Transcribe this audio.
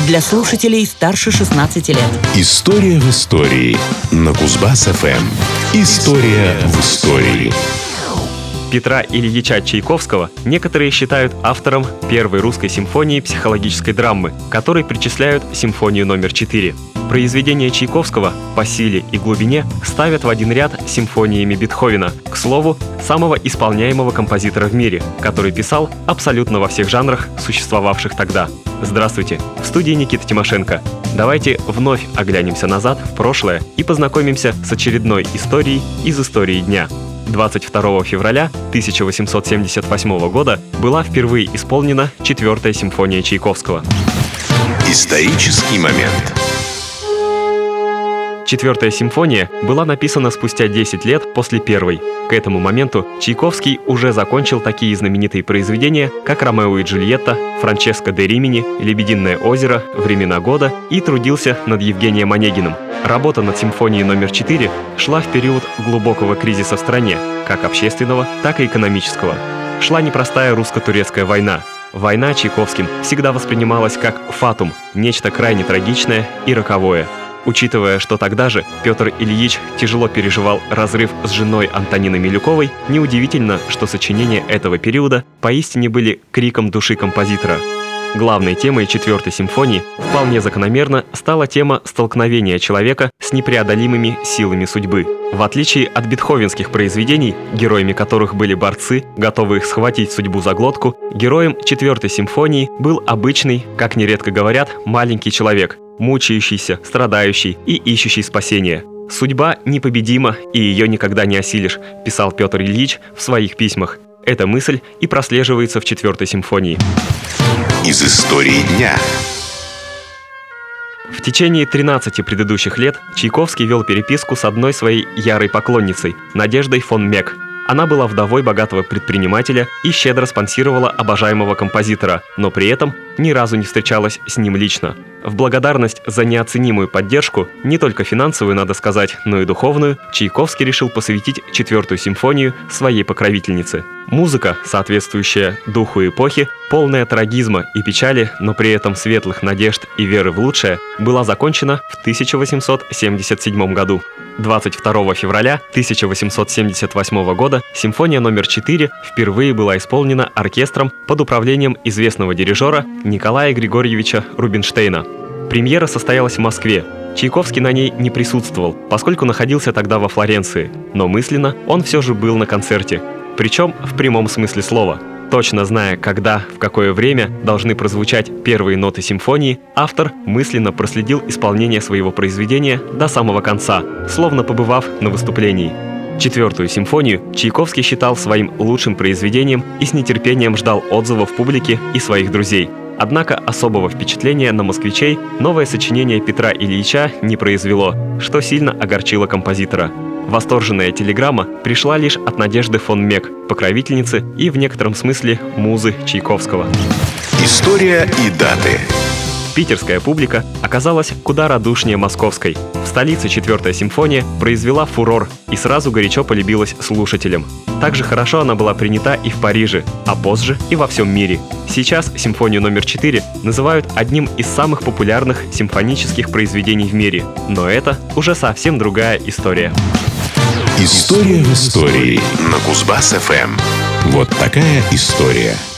для слушателей старше 16 лет. История в истории на Кузбасс-ФМ. История в истории. Петра Ильича Чайковского некоторые считают автором первой русской симфонии психологической драмы, которой причисляют симфонию номер 4. Произведения Чайковского по силе и глубине ставят в один ряд с симфониями Бетховена, к слову, самого исполняемого композитора в мире, который писал абсолютно во всех жанрах, существовавших тогда. Здравствуйте, в студии Никита Тимошенко. Давайте вновь оглянемся назад, в прошлое, и познакомимся с очередной историей из истории дня. 22 февраля 1878 года была впервые исполнена 4-я симфония Чайковского. Исторический момент. 4-я симфония была написана спустя 10 лет после первой. К этому моменту Чайковский уже закончил такие знаменитые произведения, как «Ромео и Джульетта», «Франческо де Римини», «Лебединое озеро», «Времена года» и трудился над Евгением Онегиным. Работа над симфонией номер 4 шла в период глубокого кризиса в стране, как общественного, так и экономического. Шла непростая русско-турецкая война. Война Чайковским всегда воспринималась как фатум, нечто крайне трагичное и роковое. Учитывая, что тогда же Петр Ильич тяжело переживал разрыв с женой Антониной Милюковой, неудивительно, что сочинения этого периода поистине были криком души композитора. Главной темой 4-й симфонии вполне закономерно стала тема столкновения человека с непреодолимыми силами судьбы. В отличие от бетховенских произведений, героями которых были борцы, готовые схватить судьбу за глотку, героем 4-й симфонии был обычный, как нередко говорят, маленький человек, мучающийся, страдающий и ищущий спасения. «Судьба непобедима, и ее никогда не осилишь», писал Петр Ильич в своих письмах. Эта мысль и прослеживается в 4-й симфонии. Из истории дня. В течение 13 предыдущих лет Чайковский вел переписку с одной своей ярой поклонницей, Надеждой фон Мек. Она была вдовой богатого предпринимателя и щедро спонсировала обожаемого композитора, но при этом ни разу не встречалась с ним лично. В благодарность за неоценимую поддержку, не только финансовую, надо сказать, но и духовную, Чайковский решил посвятить 4-ю симфонию своей покровительнице. Музыка, соответствующая духу эпохи, полная трагизма и печали, но при этом светлых надежд и веры в лучшее, была закончена в 1877 году. 22 февраля 1878 года симфония номер 4 впервые была исполнена оркестром под управлением известного дирижера Николая Григорьевича Рубинштейна. Премьера состоялась в Москве. Чайковский на ней не присутствовал, поскольку находился тогда во Флоренции, но мысленно он все же был на концерте, причем в прямом смысле слова. Точно зная, когда, в какое время должны прозвучать первые ноты симфонии, автор мысленно проследил исполнение своего произведения до самого конца, словно побывав на выступлении. 4-ю симфонию Чайковский считал своим лучшим произведением и с нетерпением ждал отзывов публики и своих друзей. Однако особого впечатления на москвичей новое сочинение Петра Ильича не произвело, что сильно огорчило композитора. Восторженная телеграмма пришла лишь от Надежды фон Мек, покровительницы и в некотором смысле музы Чайковского. История и даты. Питерская публика оказалась куда радушнее московской. В столице 4-я симфония произвела фурор и сразу горячо полюбилась слушателям. Также хорошо она была принята и в Париже, а позже и во всем мире. Сейчас симфонию номер 4 называют одним из самых популярных симфонических произведений в мире. Но это уже совсем другая история. История в истории на Кузбасс-ФМ. Вот такая история.